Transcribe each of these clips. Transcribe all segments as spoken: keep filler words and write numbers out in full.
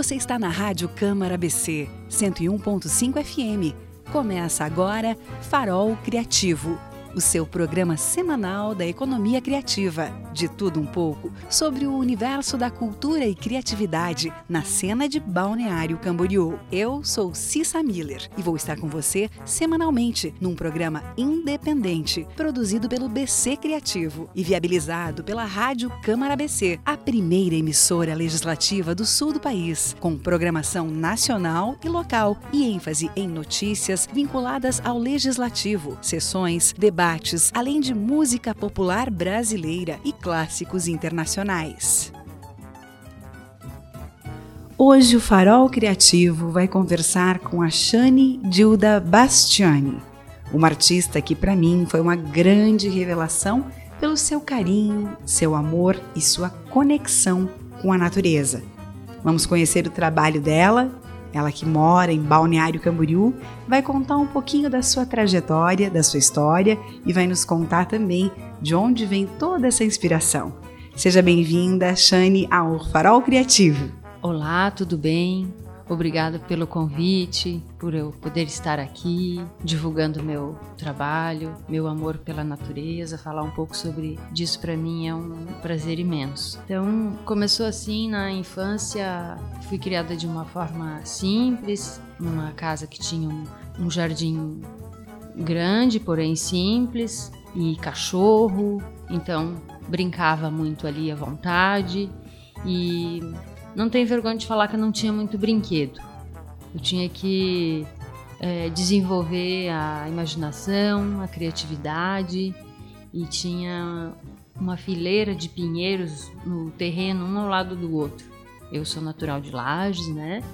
Você está na Rádio Câmara A B C, cento e um ponto cinco F M. Começa agora Farol Criativo, o seu programa semanal da economia criativa. De tudo um pouco sobre o universo da cultura e criatividade na cena de Balneário Camboriú. Eu sou Cissa Miller e vou estar com você semanalmente num programa independente, produzido pelo B C Criativo e viabilizado pela Rádio Câmara A B C, a primeira emissora legislativa do sul do país, com programação nacional e local e ênfase em notícias vinculadas ao legislativo, sessões, debates, além de música popular brasileira e clássicos internacionais. Hoje o Farol Criativo vai conversar com a Shani Gilda Bastiani, uma artista que para mim foi uma grande revelação pelo seu carinho, seu amor e sua conexão com a natureza. Vamos conhecer o trabalho dela. Ela que mora em Balneário Camboriú vai contar um pouquinho da sua trajetória, da sua história e vai nos contar também de onde vem toda essa inspiração. Seja bem-vinda, Shani, ao Farol Criativo. Olá, tudo bem? Obrigada pelo convite, por eu poder estar aqui divulgando meu trabalho, meu amor pela natureza. Falar um pouco sobre disso para mim é um prazer imenso. Então, começou assim na infância. Fui criada de uma forma simples, numa casa que tinha um, um jardim grande, porém simples, e cachorro. Então, brincava muito ali à vontade e não tenho vergonha de falar que eu não tinha muito brinquedo. Eu tinha que é, desenvolver a imaginação, a criatividade, e tinha uma fileira de pinheiros no terreno, um ao lado do outro. Eu sou natural de Lages, né?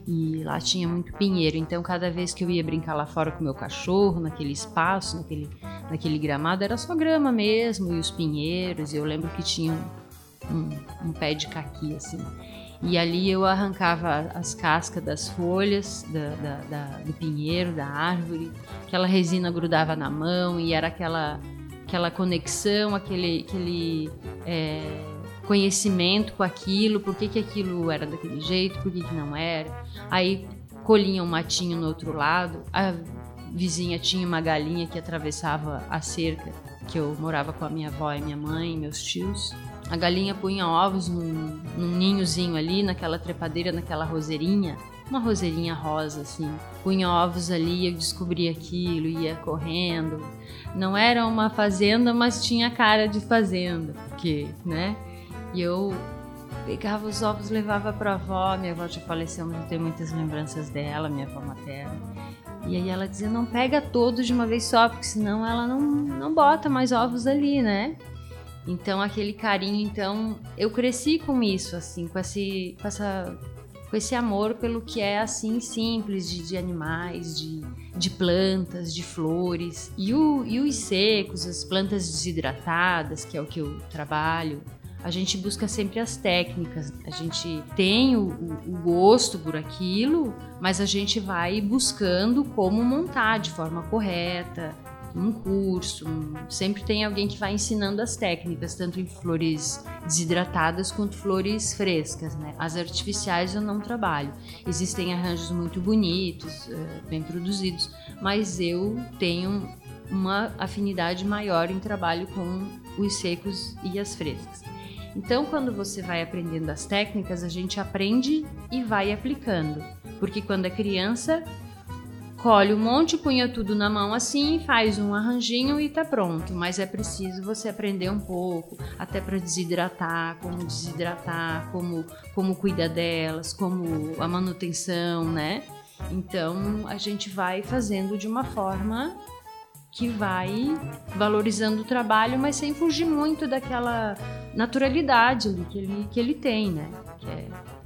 E lá tinha muito pinheiro, então cada vez que eu ia brincar lá fora com meu cachorro, naquele espaço, naquele, naquele gramado, era só grama mesmo, e os pinheiros. E eu lembro que tinha um, um, um pé de caqui, assim. E ali eu arrancava as cascas das folhas da, da, da, do pinheiro, da árvore, aquela resina grudava na mão e era aquela, aquela conexão, aquele, aquele é, conhecimento com aquilo, por que, que aquilo era daquele jeito, por que, que não era. Aí colhia um matinho no outro lado, a vizinha tinha uma galinha que atravessava a cerca, que eu morava com a minha avó e minha mãe e meus tios. A galinha punha ovos num, num ninhozinho ali, naquela trepadeira, naquela roseirinha, uma roseirinha rosa, assim. Punha ovos ali, eu descobria aquilo, ia correndo. Não era uma fazenda, mas tinha cara de fazenda, porque, né? E eu pegava os ovos, levava para a avó. Minha avó já faleceu, mas não tenho muitas lembranças dela, minha avó materna. E aí ela dizia, não pega todos de uma vez só, porque senão ela não, não bota mais ovos ali, né? Então, aquele carinho, então, eu cresci com isso, assim, com esse, com essa, com esse amor pelo que é, assim, simples, de, de animais, de, de plantas, de flores. E, o, e os secos, as plantas desidratadas, que é o que eu trabalho, a gente busca sempre as técnicas. A gente tem o, o gosto por aquilo, mas a gente vai buscando como montar de forma correta, um curso, um, sempre tem alguém que vai ensinando as técnicas, tanto em flores desidratadas quanto flores frescas, né? As artificiais eu não trabalho. Existem arranjos muito bonitos, uh, bem produzidos, mas eu tenho uma afinidade maior em trabalho com os secos e as frescas. Então, quando você vai aprendendo as técnicas, a gente aprende e vai aplicando, porque quando é criança, colhe um monte, punha tudo na mão assim, faz um arranjinho e tá pronto. Mas é preciso você aprender um pouco, até para desidratar, como desidratar, como, como cuidar delas, como a manutenção, né? Então, a gente vai fazendo de uma forma que vai valorizando o trabalho, mas sem fugir muito daquela naturalidade ali que ele, que ele tem, né? Que é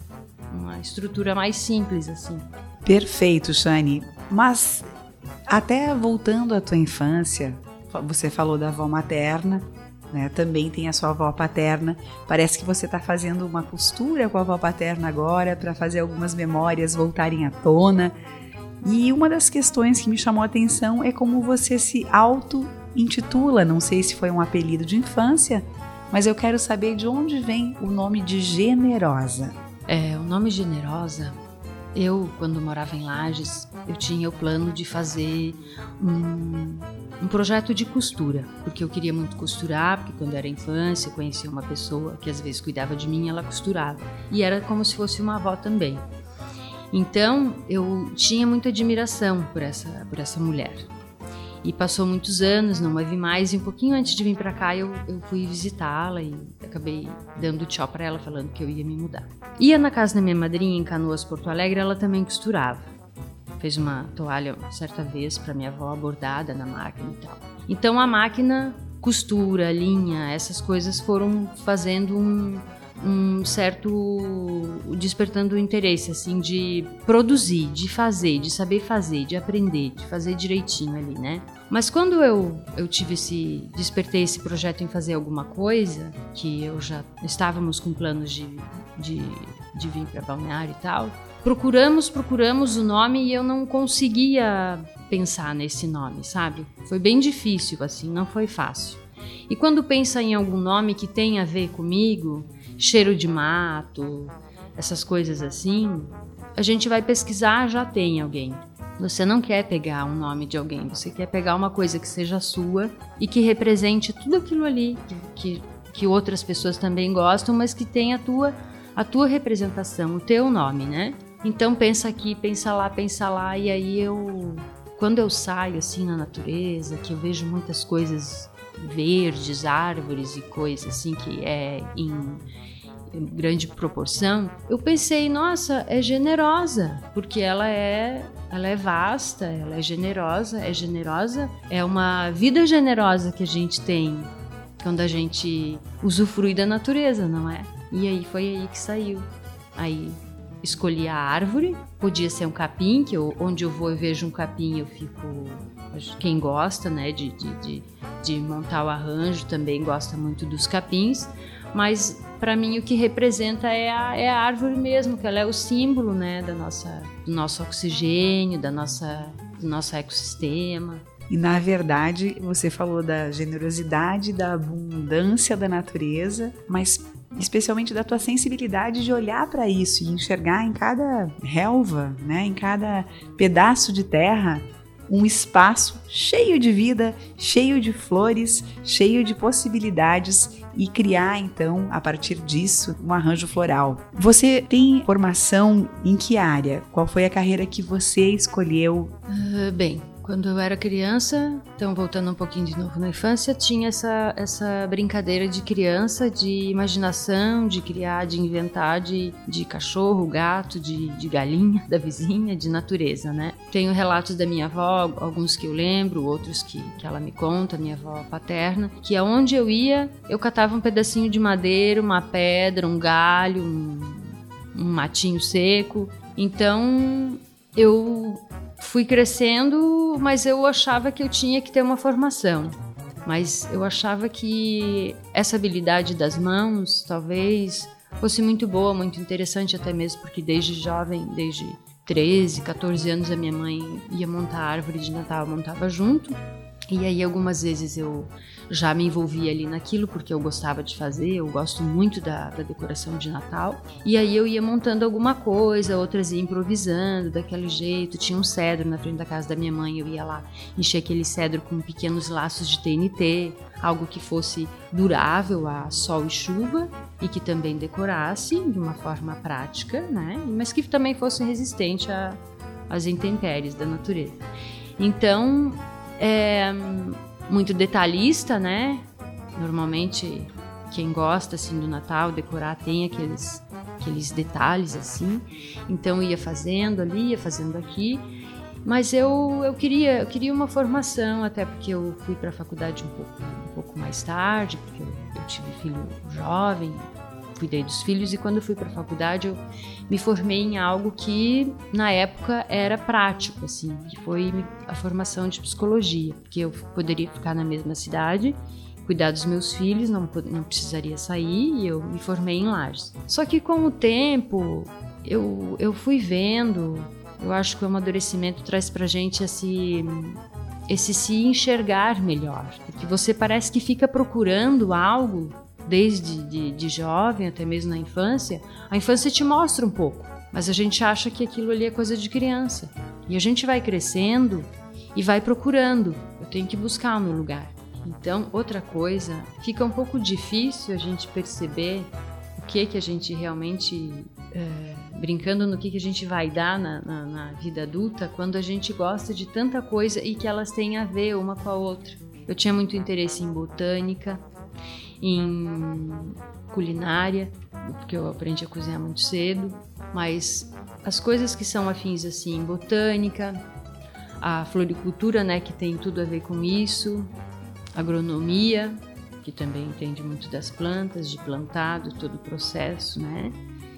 uma estrutura mais simples, assim. Perfeito, Shani. Mas, até voltando à tua infância, você falou da avó materna, né? Também tem a sua avó paterna. Parece que você está fazendo uma costura com a avó paterna agora para fazer algumas memórias voltarem à tona. E uma das questões que me chamou a atenção é como você se auto-intitula. Não sei se foi um apelido de infância, mas eu quero saber de onde vem o nome de Generosa. É, o nome Generosa, eu, quando morava em Lages, eu tinha o plano de fazer um, um projeto de costura, porque eu queria muito costurar, porque quando eu era infância eu conhecia uma pessoa que às vezes cuidava de mim e ela costurava. E era como se fosse uma avó também. Então, eu tinha muita admiração por essa, por essa mulher. E passou muitos anos, não a vi mais, e um pouquinho antes de vir para cá eu, eu fui visitá-la e acabei dando tchau para ela, falando que eu ia me mudar. Ia na casa da minha madrinha, em Canoas, Porto Alegre, ela também costurava. Fez uma toalha certa vez para minha avó, bordada na máquina e tal. Então a máquina, costura, linha, essas coisas foram fazendo um... um certo despertando o interesse assim de produzir, de fazer, de saber fazer, de aprender, de fazer direitinho ali, né? Mas quando eu eu tive esse despertei esse projeto em fazer alguma coisa, que eu já estávamos com planos de de, de vir para Balneário e tal, procuramos, procuramos o nome e eu não conseguia pensar nesse nome, sabe? Foi bem difícil assim, não foi fácil. E quando pensa em algum nome que tenha a ver comigo, cheiro de mato, essas coisas assim, a gente vai pesquisar, já tem alguém. Você não quer pegar um nome de alguém, você quer pegar uma coisa que seja sua e que represente tudo aquilo ali que, que, que outras pessoas também gostam, mas que tenha a tua, a tua representação, o teu nome, né? Então pensa aqui, pensa lá, pensa lá, e aí eu, quando eu saio assim na natureza, que eu vejo muitas coisas verdes, árvores e coisas assim que é em, em grande proporção, eu pensei, nossa, é generosa, porque ela é, ela é vasta, ela é generosa, é generosa, é uma vida generosa que a gente tem quando a gente usufrui da natureza, não é? E aí foi aí que saiu. Aí escolhi a árvore, podia ser um capim, que eu, onde eu vou e vejo um capim eu fico... Quem gosta, né, de, de, de, de montar o arranjo também gosta muito dos capins, mas para mim o que representa é a, é a árvore mesmo, que ela é o símbolo, né, da nossa, do nosso oxigênio, da nossa, do nosso ecossistema. E na verdade você falou da generosidade, da abundância da natureza, mas especialmente da tua sensibilidade de olhar para isso e enxergar em cada relva, né, em cada pedaço de terra, um espaço cheio de vida, cheio de flores, cheio de possibilidades e criar então, a partir disso, um arranjo floral. Você tem formação em que área? Qual foi a carreira que você escolheu? Uh, bem, quando eu era criança, então voltando um pouquinho de novo na infância, tinha essa, essa brincadeira de criança, de imaginação, de criar, de inventar, de, de cachorro, gato, de, de galinha da vizinha, de natureza, né? Tenho relatos da minha avó, alguns que eu lembro, outros que, que ela me conta, minha avó paterna, que aonde eu ia, eu catava um pedacinho de madeira, uma pedra, um galho, um, um matinho seco. Então, eu fui crescendo, mas eu achava que eu tinha que ter uma formação. Mas eu achava que essa habilidade das mãos talvez fosse muito boa, muito interessante até mesmo, porque desde jovem, desde treze, catorze anos, a minha mãe ia montar a árvore de Natal, montava junto. E aí algumas vezes eu já me envolvia ali naquilo, porque eu gostava de fazer, eu gosto muito da, da decoração de Natal. E aí eu ia montando alguma coisa, outras ia improvisando daquele jeito. Tinha um cedro na frente da casa da minha mãe, eu ia lá encher aquele cedro com pequenos laços de T N T, algo que fosse durável a sol e chuva e que também decorasse de uma forma prática, né? Mas que também fosse resistente a, às intempéries da natureza. Então, é muito detalhista, né? Normalmente quem gosta assim do Natal, decorar, tem aqueles, aqueles detalhes assim. Então eu ia fazendo ali, ia fazendo aqui. Mas eu, eu, queria, eu queria uma formação, até porque eu fui para a faculdade um pouco, um pouco mais tarde, porque eu, eu tive filho jovem, cuidei dos filhos, e quando eu fui para a faculdade eu me formei em algo que na época era prático, assim, que foi a formação de psicologia, porque eu poderia ficar na mesma cidade, cuidar dos meus filhos, não, não precisaria sair, e eu me formei em Lages. Só que com o tempo eu, eu fui vendo, eu acho que o amadurecimento traz pra gente esse, esse se enxergar melhor, porque você parece que fica procurando algo desde de, de jovem, até mesmo na infância, a infância te mostra um pouco, mas a gente acha que aquilo ali é coisa de criança. E a gente vai crescendo e vai procurando. Eu tenho que buscar o meu lugar. Então, outra coisa, fica um pouco difícil a gente perceber o que que a gente realmente, é, brincando no que que a gente vai dar na, na, na vida adulta, quando a gente gosta de tanta coisa e que elas têm a ver uma com a outra. Eu tinha muito interesse em botânica, em culinária, porque eu aprendi a cozinhar muito cedo, mas as coisas que são afins assim, botânica, a floricultura, né, que tem tudo a ver com isso, agronomia, que também entende muito das plantas, de plantado, todo o processo, né?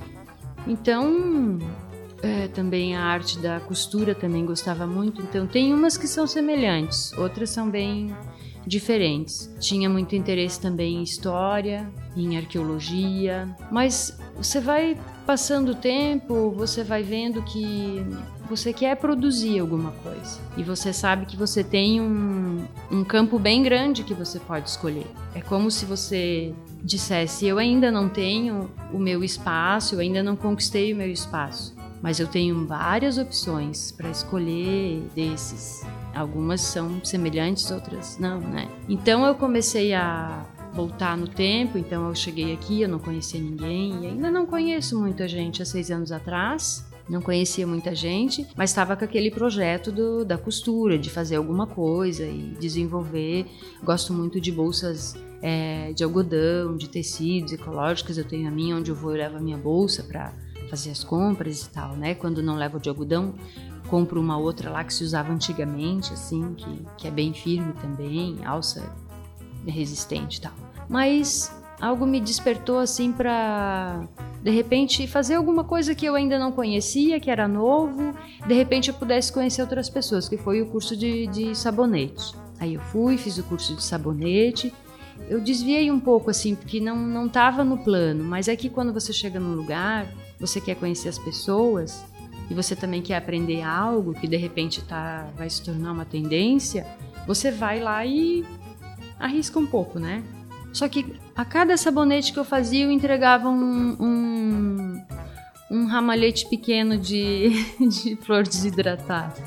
Então, é, também a arte da costura também gostava muito. Então, tem umas que são semelhantes, outras são bem diferentes. Tinha muito interesse também em história, em arqueologia, mas você vai passando o tempo, você vai vendo que você quer produzir alguma coisa e você sabe que você tem um, um campo bem grande que você pode escolher. É como se você dissesse, eu ainda não tenho o meu espaço, eu ainda não conquistei o meu espaço, mas eu tenho várias opções para escolher desses. Algumas são semelhantes, outras não, né? Então eu comecei a voltar no tempo, então eu cheguei aqui, eu não conhecia ninguém e ainda não conheço muita gente há seis anos atrás. Não conhecia muita gente, mas estava com aquele projeto do, da costura, de fazer alguma coisa e desenvolver. Gosto muito de bolsas é, de algodão, de tecidos ecológicos. Eu tenho a minha, onde eu vou, eu levo a minha bolsa para fazer as compras e tal, né? Quando não levo de algodão, compro uma outra lá que se usava antigamente, assim, que, que é bem firme também, alça resistente e tal. Mas algo me despertou, assim, para, de repente, fazer alguma coisa que eu ainda não conhecia, que era novo, de repente eu pudesse conhecer outras pessoas, que foi o curso de, de sabonete. Aí eu fui, fiz o curso de sabonete. Eu desviei um pouco, assim, porque não não estava no plano, mas é que quando você chega num lugar, você quer conhecer as pessoas e você também quer aprender algo que de repente tá, vai se tornar uma tendência, você vai lá e arrisca um pouco, né? Só que a cada sabonete que eu fazia, eu entregava um, um, um ramalhete pequeno de, de flor desidratada.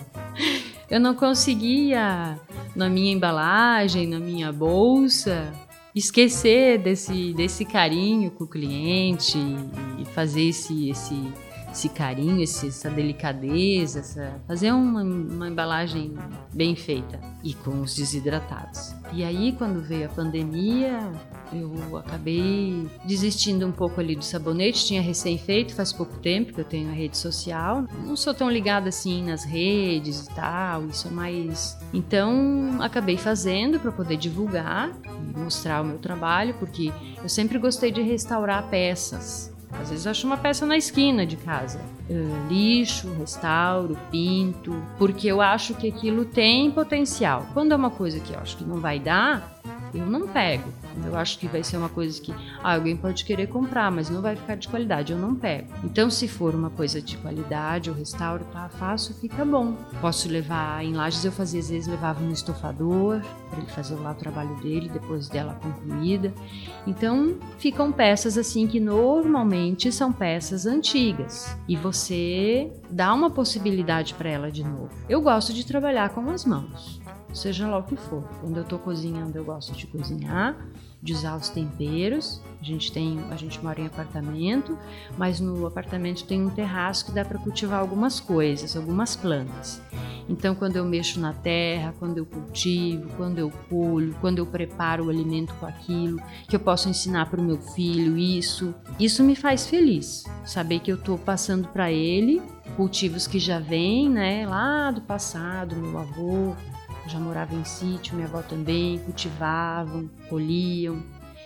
Eu não conseguia, na minha embalagem, na minha bolsa, esquecer desse, desse carinho com o cliente e fazer esse, esse, esse carinho, esse, essa delicadeza, essa, fazer uma, uma embalagem bem feita e com os desidratados. E aí, quando veio a pandemia, eu acabei desistindo um pouco ali do sabonete. Tinha recém-feito, faz pouco tempo que eu tenho a rede social. Não sou tão ligada assim nas redes e tal, isso é mais... Então, acabei fazendo para poder divulgar e mostrar o meu trabalho, porque eu sempre gostei de restaurar peças. Às vezes eu acho uma peça na esquina de casa. Uh, lixo, restauro, pinto, porque eu acho que aquilo tem potencial. Quando é uma coisa que eu acho que não vai dar, eu não pego. Eu acho que vai ser uma coisa que ah, alguém pode querer comprar, mas não vai ficar de qualidade, eu não pego. Então, se for uma coisa de qualidade, eu restauro, tá, faço, fica bom. Posso levar, em Lages eu fazia, às vezes levava no estofador, para ele fazer lá o trabalho dele, depois dela concluída. Então, ficam peças assim que normalmente são peças antigas. E você dá uma possibilidade para ela de novo. Eu gosto de trabalhar com as mãos. Seja lá o que for. Quando eu tô cozinhando, eu gosto de cozinhar, de usar os temperos. A gente tem, a gente mora em apartamento, mas no apartamento tem um terraço que dá para cultivar algumas coisas, algumas plantas. Então, quando eu mexo na terra, quando eu cultivo, quando eu colho, quando eu preparo o alimento com aquilo, que eu posso ensinar para o meu filho isso, isso me faz feliz. Saber que eu tô passando para ele cultivos que já vêm, né, lá do passado, meu avô já morava em sítio, minha avó também, cultivavam, colhiam.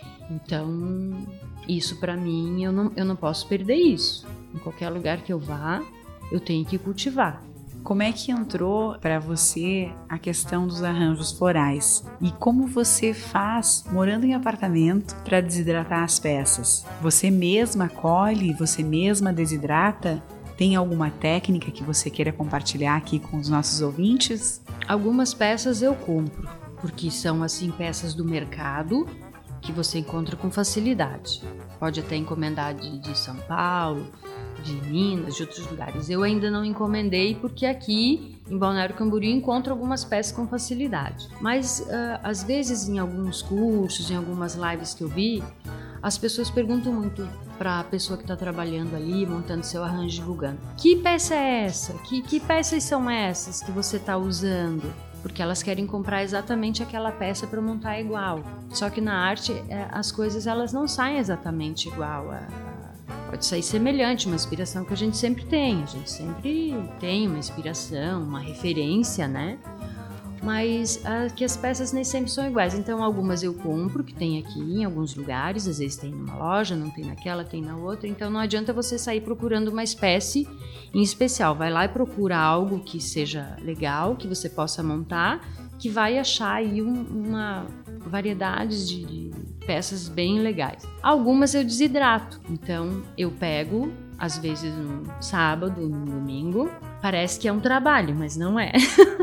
Então, isso para mim, eu não, eu não posso perder isso. Em qualquer lugar que eu vá, eu tenho que cultivar. Como é que entrou para você a questão dos arranjos florais? E como você faz, morando em apartamento, para desidratar as peças? Você mesma colhe, você mesma desidrata? Tem alguma técnica que você queira compartilhar aqui com os nossos ouvintes? Algumas peças eu compro, porque são assim peças do mercado que você encontra com facilidade. Pode até encomendar de, de São Paulo, de Minas, de outros lugares. Eu ainda não encomendei porque aqui em Balneário Camboriú encontro algumas peças com facilidade. Mas uh, às vezes em alguns cursos, em algumas lives que eu vi, as pessoas perguntam muito para a pessoa que está trabalhando ali, montando seu arranjo, divulgando: que peça é essa? Que, que peças são essas que você está usando? Porque elas querem comprar exatamente aquela peça para montar igual. Só que na arte, é, as coisas elas não saem exatamente igual. A, a, pode sair semelhante, uma inspiração que a gente sempre tem. A gente sempre tem uma inspiração, uma referência, né? Mas a, que as peças nem sempre são iguais. Então, algumas eu compro, que tem aqui em alguns lugares. Às vezes tem numa loja, não tem naquela, tem na outra. Então, não adianta você sair procurando uma espécie em especial. Vai lá e procura algo que seja legal, que você possa montar, que vai achar aí um, uma variedade de, de peças bem legais. Algumas eu desidrato. Então, eu pego, às vezes no sábado, no domingo. Parece que é um trabalho, mas não é.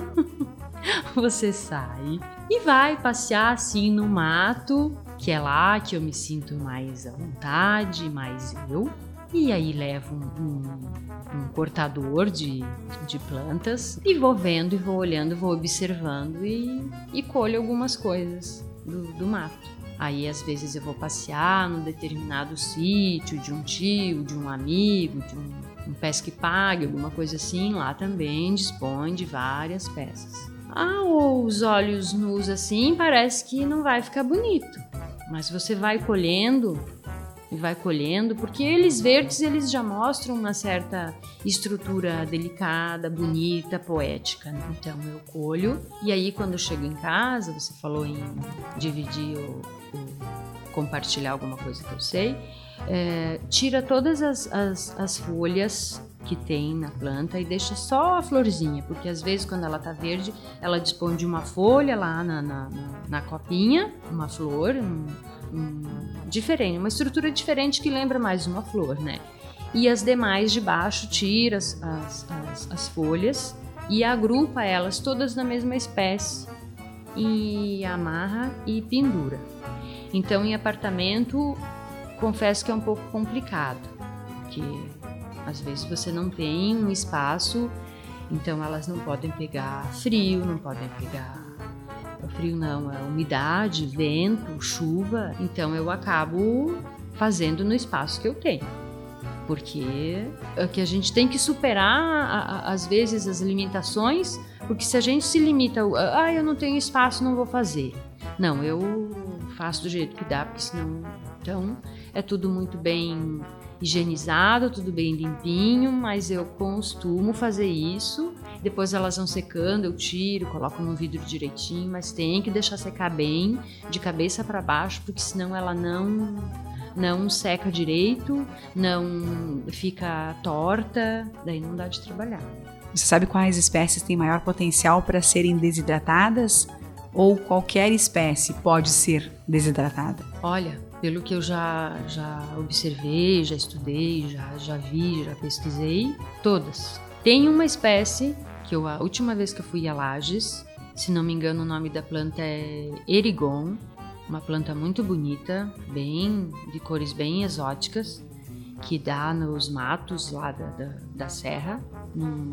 Você sai e vai passear assim no mato, que é lá que eu me sinto mais à vontade, mais eu. E aí levo um, um, um cortador de, de plantas e vou vendo e vou olhando, vou observando e, e colho algumas coisas do, do mato. Aí às vezes eu vou passear num determinado sítio de um tio, de um amigo, de um, um pesque pague, alguma coisa assim. Lá também dispõe de várias peças. Ah, os olhos nus assim parece que não vai ficar bonito, mas você vai colhendo e vai colhendo, porque eles verdes eles já mostram uma certa estrutura delicada, bonita, poética, né? Então eu colho e aí quando eu chego em casa, você falou em dividir ou, ou compartilhar alguma coisa que eu sei, é, tira todas as, as, as folhas que tem na planta e deixa só a florzinha, porque às vezes quando ela tá verde, ela dispõe de uma folha lá na, na, na, na copinha, uma flor, um, um, diferente, uma estrutura diferente que lembra mais uma flor, né? E as demais de baixo tira as, as, as, as folhas e agrupa elas todas na mesma espécie e amarra e pendura. Então em apartamento, confesso que é um pouco complicado, porque às vezes você não tem um espaço, então elas não podem pegar frio, não podem pegar... Frio não, é umidade, vento, chuva. Então eu acabo fazendo no espaço que eu tenho. Porque é que a gente tem que superar, às vezes, as limitações, porque se a gente se limita, ah, eu não tenho espaço, não vou fazer. Não, eu faço do jeito que dá, porque senão... Então, é tudo muito bem higienizado, tudo bem limpinho, mas eu costumo fazer isso. Depois elas vão secando, eu tiro, coloco no vidro direitinho, mas tem que deixar secar bem, de cabeça para baixo, porque senão ela não, não seca direito, não fica torta, daí não dá de trabalhar. Você sabe quais espécies têm maior potencial para serem desidratadas? Ou qualquer espécie pode ser desidratada? Olha, pelo que eu já, já observei, já estudei, já, já vi, já pesquisei, todas. Tem uma espécie que eu, a última vez que eu fui a Lages, se não me engano o nome da planta é Erigon, uma planta muito bonita, bem, de cores bem exóticas, que dá nos matos lá da, da, da serra, num,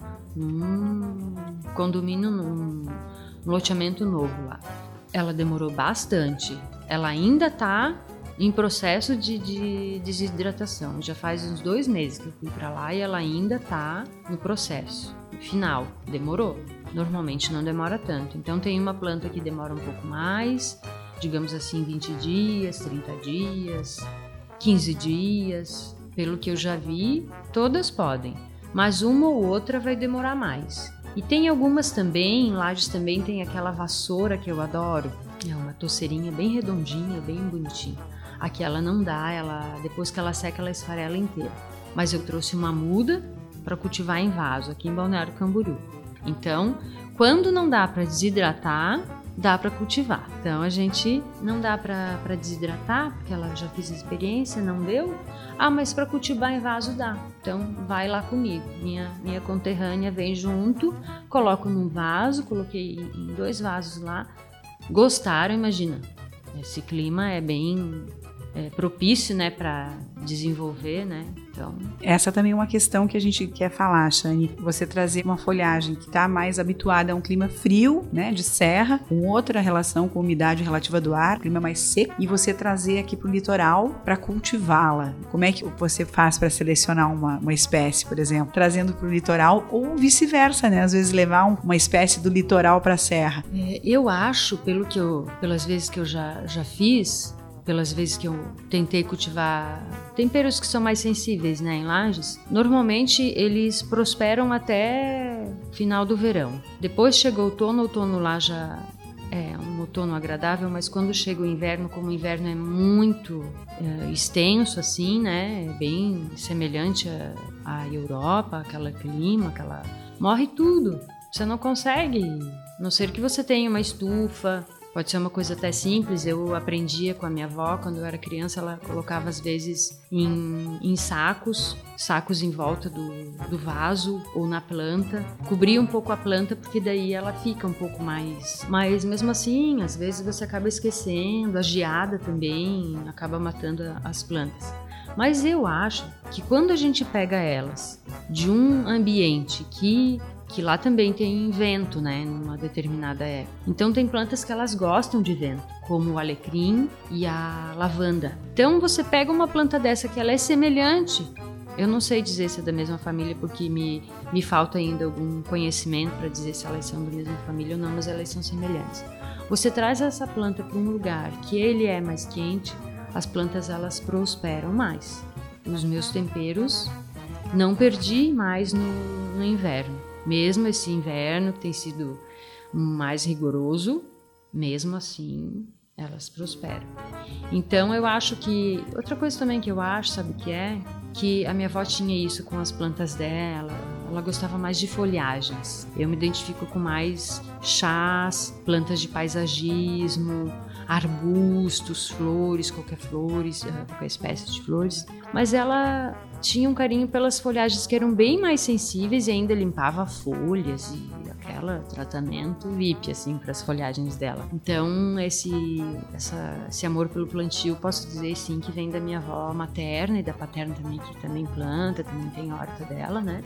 num condomínio, num, num loteamento novo lá. Ela demorou bastante, ela ainda está em processo de, de desidratação. Já faz uns dois meses que eu fui para lá e ela ainda está no processo final. Demorou. Normalmente não demora tanto. Então tem uma planta que demora um pouco mais, digamos assim, vinte dias, trinta dias, quinze dias. Pelo que eu já vi, todas podem, mas uma ou outra vai demorar mais. E tem algumas também, em Lages também tem aquela vassoura que eu adoro. É uma touceirinha bem redondinha, bem bonitinha. Aquela não dá, ela, depois que ela seca, ela esfarela inteira. Mas eu trouxe uma muda para cultivar em vaso, aqui em Balneário Camboriú. Então, quando não dá para desidratar, dá para cultivar. Então, a gente não dá para desidratar, porque ela já fez a experiência, não deu. Ah, mas para cultivar em vaso dá. Então, vai lá comigo. Minha, minha conterrânea vem junto, coloco num vaso, coloquei em dois vasos lá. Gostaram, imagina. esse clima é bem é, propício, né, para desenvolver, né? Então, essa também é uma questão que a gente quer falar, Shane. Você trazer uma folhagem que está mais habituada a um clima frio, né, de serra, com outra relação com a umidade relativa do ar, clima mais seco, e você trazer aqui para o litoral para cultivá-la. Como é que você faz para selecionar uma, uma espécie, por exemplo, trazendo para o litoral ou vice-versa, né? Às vezes levar um, uma espécie do litoral para a serra. É, eu acho, pelo que eu, pelas vezes que eu já, já fiz, pelas vezes que eu tentei cultivar temperos que são mais sensíveis, né, em lajes, normalmente eles prosperam até final do verão. Depois chega o outono, o outono lá já é um outono agradável, mas quando chega o inverno, como o inverno é muito é, extenso assim, né, é bem semelhante à Europa, aquele clima, aquela... morre tudo. Você não consegue, a não ser que você tenha uma estufa. Pode ser uma coisa até simples. Eu aprendia com a minha avó, quando eu era criança, ela colocava às vezes em, em sacos, sacos em volta do, do vaso ou na planta, cobria um pouco a planta, porque daí ela fica um pouco mais... Mas mesmo assim, às vezes você acaba esquecendo, a geada também acaba matando as plantas. Mas eu acho que quando a gente pega elas de um ambiente que... que lá também tem vento, né, numa determinada época. Então tem plantas que elas gostam de vento, como o alecrim e a lavanda. Então você pega uma planta dessa que ela é semelhante, eu não sei dizer se é da mesma família, porque me, me falta ainda algum conhecimento para dizer se elas são da mesma família ou não, mas elas são semelhantes. Você traz essa planta para um lugar que ele é mais quente, as plantas elas prosperam mais. Os meus temperos não perdi mais no, no inverno. Mesmo esse inverno que tem sido mais rigoroso, mesmo assim, elas prosperam. Então, eu acho que... Outra coisa também que eu acho, sabe o que é? Que a minha avó tinha isso com as plantas dela. Ela gostava mais de folhagens. Eu me identifico com mais chás, plantas de paisagismo, arbustos, flores, qualquer flores, qualquer espécie de flores. Mas ela tinha um carinho pelas folhagens que eram bem mais sensíveis e ainda limpava folhas e aquele tratamento V I P, assim, para as folhagens dela. Então, esse, essa, esse amor pelo plantio, posso dizer, sim, que vem da minha avó materna e da paterna também, que também planta, também tem horta dela, né?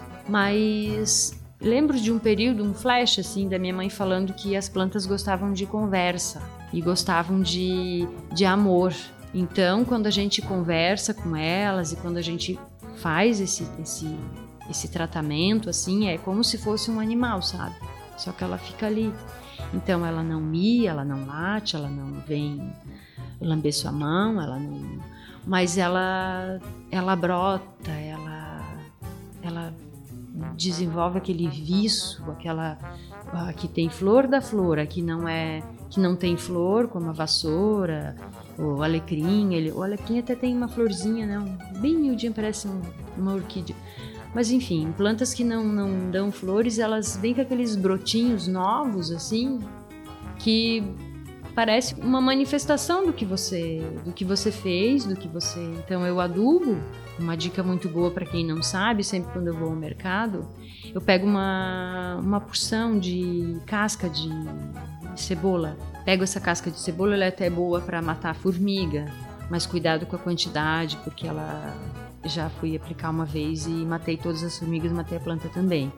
Mas... lembro de um período, um flash, assim, da minha mãe falando que as plantas gostavam de conversa e gostavam de, de amor. Então, quando a gente conversa com elas e quando a gente faz esse, esse, esse tratamento, assim, é como se fosse um animal, sabe? Só que ela fica ali. Então, ela não mia, ela não late, ela não vem lamber sua mão, ela não... Mas ela, ela brota, ela... ela desenvolve aquele viço, aquela ah, que tem flor da flor, que não é, que não tem flor, como a vassoura, o alecrim. Ele, o alecrim até tem uma florzinha, né, um, bem miudinha, parece um, uma orquídea. Mas enfim, plantas que não, não dão flores, elas vêm com aqueles brotinhos novos, assim, que parece uma manifestação do que você, do que você fez, do que você... Então eu adubo. Uma dica muito boa para quem não sabe, sempre quando eu vou ao mercado, eu pego uma, uma porção de casca de cebola. Pego essa casca de cebola, ela é até boa para matar a formiga, mas cuidado com a quantidade, porque ela... Já fui aplicar uma vez e matei todas as formigas, matei a planta também.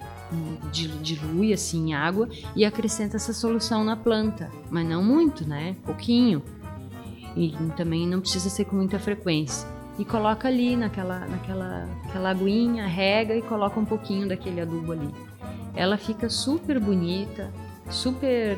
Dilui assim em água e acrescenta essa solução na planta, mas não muito, né? Pouquinho. E também não precisa ser com muita frequência. E coloca ali naquela, naquela aquela aguinha, rega e coloca um pouquinho daquele adubo ali. Ela fica super bonita, super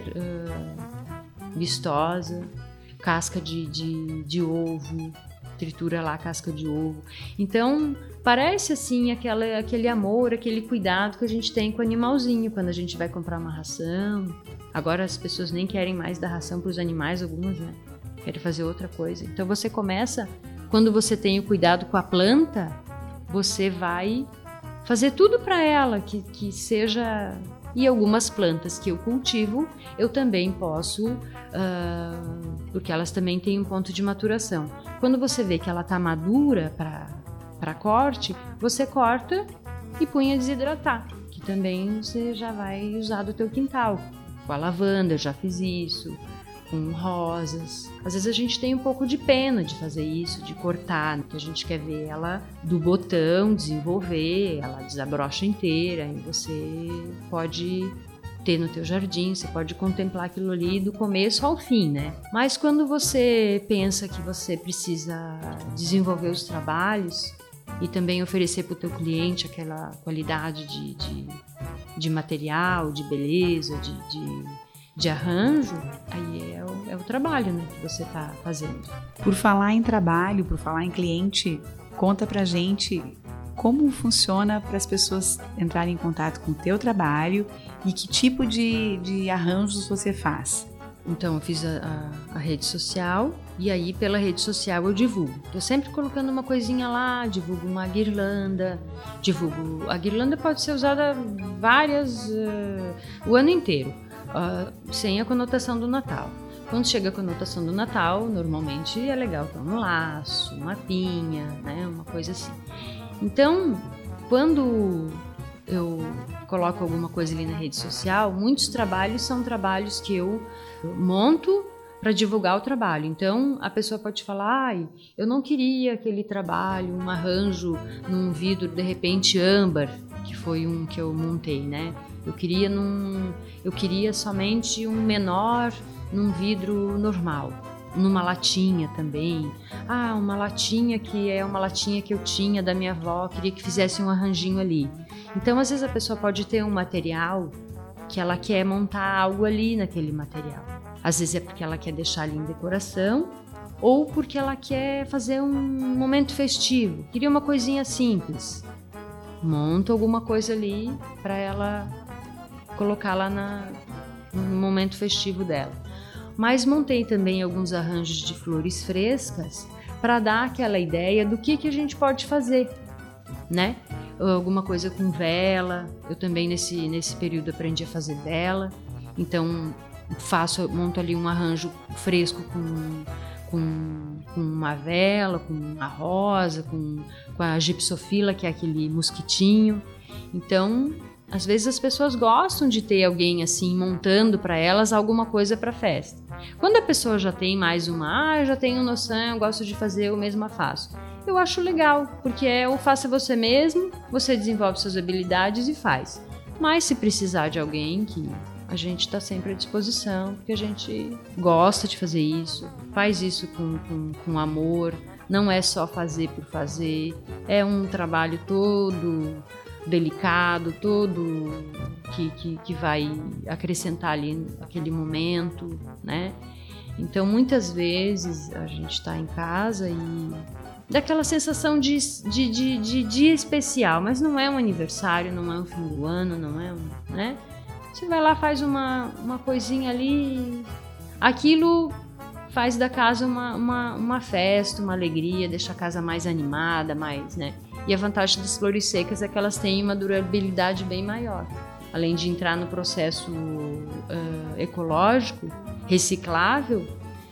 uh, vistosa, casca de, de, de ovo, tritura lá a casca de ovo. Então, parece assim aquela, aquele amor, aquele cuidado que a gente tem com o animalzinho quando a gente vai comprar uma ração. Agora as pessoas nem querem mais dar ração para os animais, algumas, né? Querem fazer outra coisa. Então você começa, quando você tem o cuidado com a planta, você vai fazer tudo para ela, que, que seja... E algumas plantas que eu cultivo, eu também posso, uh, porque elas também têm um ponto de maturação. Quando você vê que ela está madura para corte, você corta e põe a desidratar, que também você já vai usar do teu quintal. Com a lavanda, eu já fiz isso. com rosas. Às vezes a gente tem um pouco de pena de fazer isso, de cortar, porque a gente quer ver ela do botão, desenvolver, ela desabrocha inteira e você pode ter no teu jardim, você pode contemplar aquilo ali do começo ao fim, né? Mas quando você pensa que você precisa desenvolver os trabalhos e também oferecer para o teu cliente aquela qualidade de, de, de material, de beleza, de, de, de arranjo, aí é o, é o trabalho, né, que você está fazendo. Por falar em trabalho, por falar em cliente, conta pra gente como funciona para as pessoas entrarem em contato com o teu trabalho e que tipo de, de arranjos você faz. Então eu fiz a, a, a rede social e aí pela rede social eu divulgo. Tô sempre colocando uma coisinha lá, divulgo uma guirlanda, divulgo... A guirlanda pode ser usada várias... Uh, o ano inteiro, uh, sem a conotação do Natal. Quando chega a conotação do Natal, normalmente é legal ter um laço, uma pinha, né, uma coisa assim. Então, quando eu coloco alguma coisa ali na rede social, muitos trabalhos são trabalhos que eu monto para divulgar o trabalho. Então, a pessoa pode falar, ai, eu não queria aquele trabalho, um arranjo num vidro, de repente, âmbar, que foi um que eu montei, né? Eu queria, num, eu queria somente um menor num vidro normal. Numa latinha também. Ah, uma latinha que é uma latinha que eu tinha da minha avó, queria que fizesse um arranjinho ali. Então, às vezes a pessoa pode ter um material que ela quer montar algo ali naquele material. Às vezes é porque ela quer deixar ali em decoração ou porque ela quer fazer um momento festivo. Queria uma coisinha simples. Monta alguma coisa ali para ela colocar lá na, no momento festivo dela. Mas montei também alguns arranjos de flores frescas para dar aquela ideia do que, que a gente pode fazer, né? Alguma coisa com vela, eu também nesse, nesse período aprendi a fazer vela, então faço, monto ali um arranjo fresco com, com, com uma vela, com uma rosa, com, com a gipsofila, que é aquele mosquitinho. Então, às vezes as pessoas gostam de ter alguém assim montando para elas alguma coisa para festa. Quando a pessoa já tem mais uma, ah, eu já tenho noção, eu gosto de fazer, eu mesma faço. Eu acho legal, porque é o faça você mesmo, você desenvolve suas habilidades e faz. Mas se precisar de alguém, que a gente está sempre à disposição, porque a gente gosta de fazer isso, faz isso com, com, com amor, não é só fazer por fazer, é um trabalho todo delicado, todo que, que, que vai acrescentar ali aquele momento, né? Então, muitas vezes a gente está em casa e dá aquela sensação de, de, de, de dia especial, mas não é um aniversário, não é um fim do ano, não é um, né? Você vai lá, faz uma, uma coisinha ali, aquilo faz da casa uma, uma, uma festa, uma alegria, deixa a casa mais animada, mais, né? E a vantagem das flores secas é que elas têm uma durabilidade bem maior. Além de entrar no processo uh, ecológico, reciclável,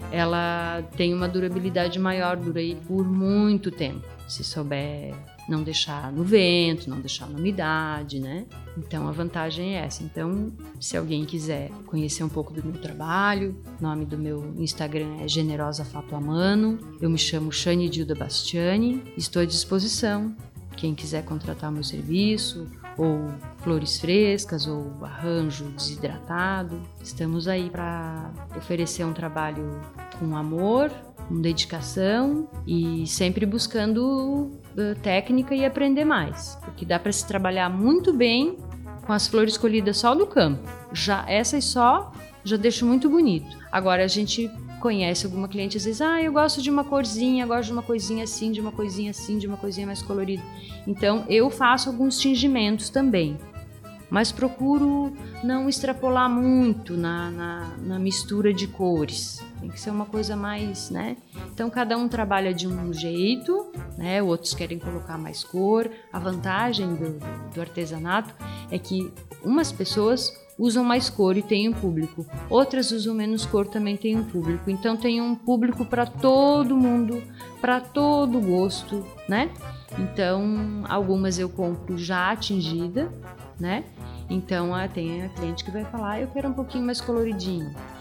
ela tem uma durabilidade maior, dura aí por muito tempo. Se souber não deixar no vento, não deixar na umidade, né? Então a vantagem é essa. Então, se alguém quiser conhecer um pouco do meu trabalho, o nome do meu Instagram é Generosa Fato a Mano. Eu me chamo Shane Dilda Bastiani, estou à disposição. Quem quiser contratar meu serviço, ou flores frescas, ou arranjo desidratado, estamos aí para oferecer um trabalho com amor, com dedicação e sempre buscando uh, técnica e aprender mais, porque dá para se trabalhar muito bem com as flores colhidas só do campo. Já essas só já deixo muito bonito. Agora a gente conhece alguma cliente às vezes, ah, eu gosto de uma corzinha, gosto de uma coisinha assim, de uma coisinha assim, de uma coisinha mais colorida. Então eu faço alguns tingimentos também, mas procuro não extrapolar muito na, na, na mistura de cores. Tem que ser uma coisa mais, né? Então cada um trabalha de um jeito, né? Outros querem colocar mais cor. A vantagem do, do artesanato é que umas pessoas usam mais cor e tem um público, outras usam menos cor, também tem um público. Então tem um público para todo mundo, para todo gosto, né? Então algumas eu compro já atingida, né? Então tem a cliente que vai falar, eu quero um pouquinho mais coloridinho.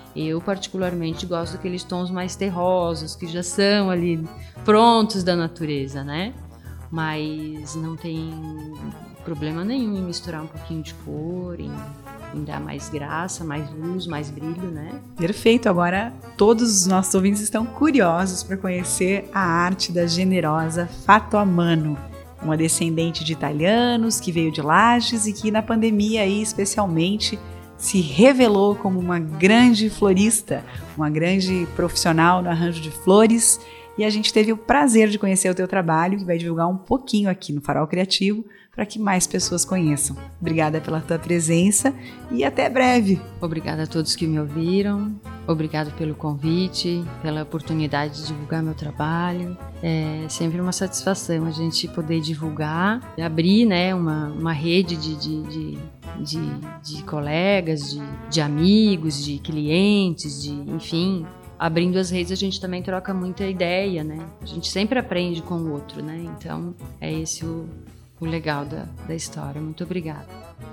Eu, particularmente, gosto daqueles tons mais terrosos, que já são ali prontos da natureza, né? Mas não tem problema nenhum em misturar um pouquinho de cor, em, em dar mais graça, mais luz, mais brilho, né? Perfeito! Agora todos os nossos ouvintes estão curiosos para conhecer a arte da generosa Fato Amano, uma descendente de italianos que veio de Lages e que na pandemia aí especialmente se revelou como uma grande florista, uma grande profissional no arranjo de flores, e a gente teve o prazer de conhecer o teu trabalho, que vai divulgar um pouquinho aqui no Farol Criativo, para que mais pessoas conheçam. Obrigada pela tua presença e até breve! Obrigada a todos que me ouviram, obrigado pelo convite, pela oportunidade de divulgar meu trabalho. É sempre uma satisfação a gente poder divulgar, abrir, né, uma, uma rede de, de, de, de, de colegas, de, de amigos, de clientes, de, enfim... Abrindo as redes, a gente também troca muita ideia, né? A gente sempre aprende com o outro, né? Então, é esse o, o legal da, da história. Muito obrigada.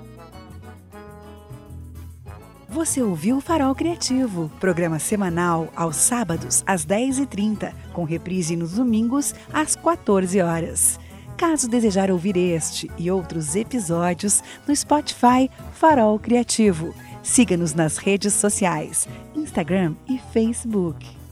Você ouviu o Farol Criativo, programa semanal aos sábados às dez e trinta, com reprise nos domingos às quatorze horas. Caso desejar ouvir este e outros episódios no Spotify Farol Criativo, siga-nos nas redes sociais, Instagram e Facebook.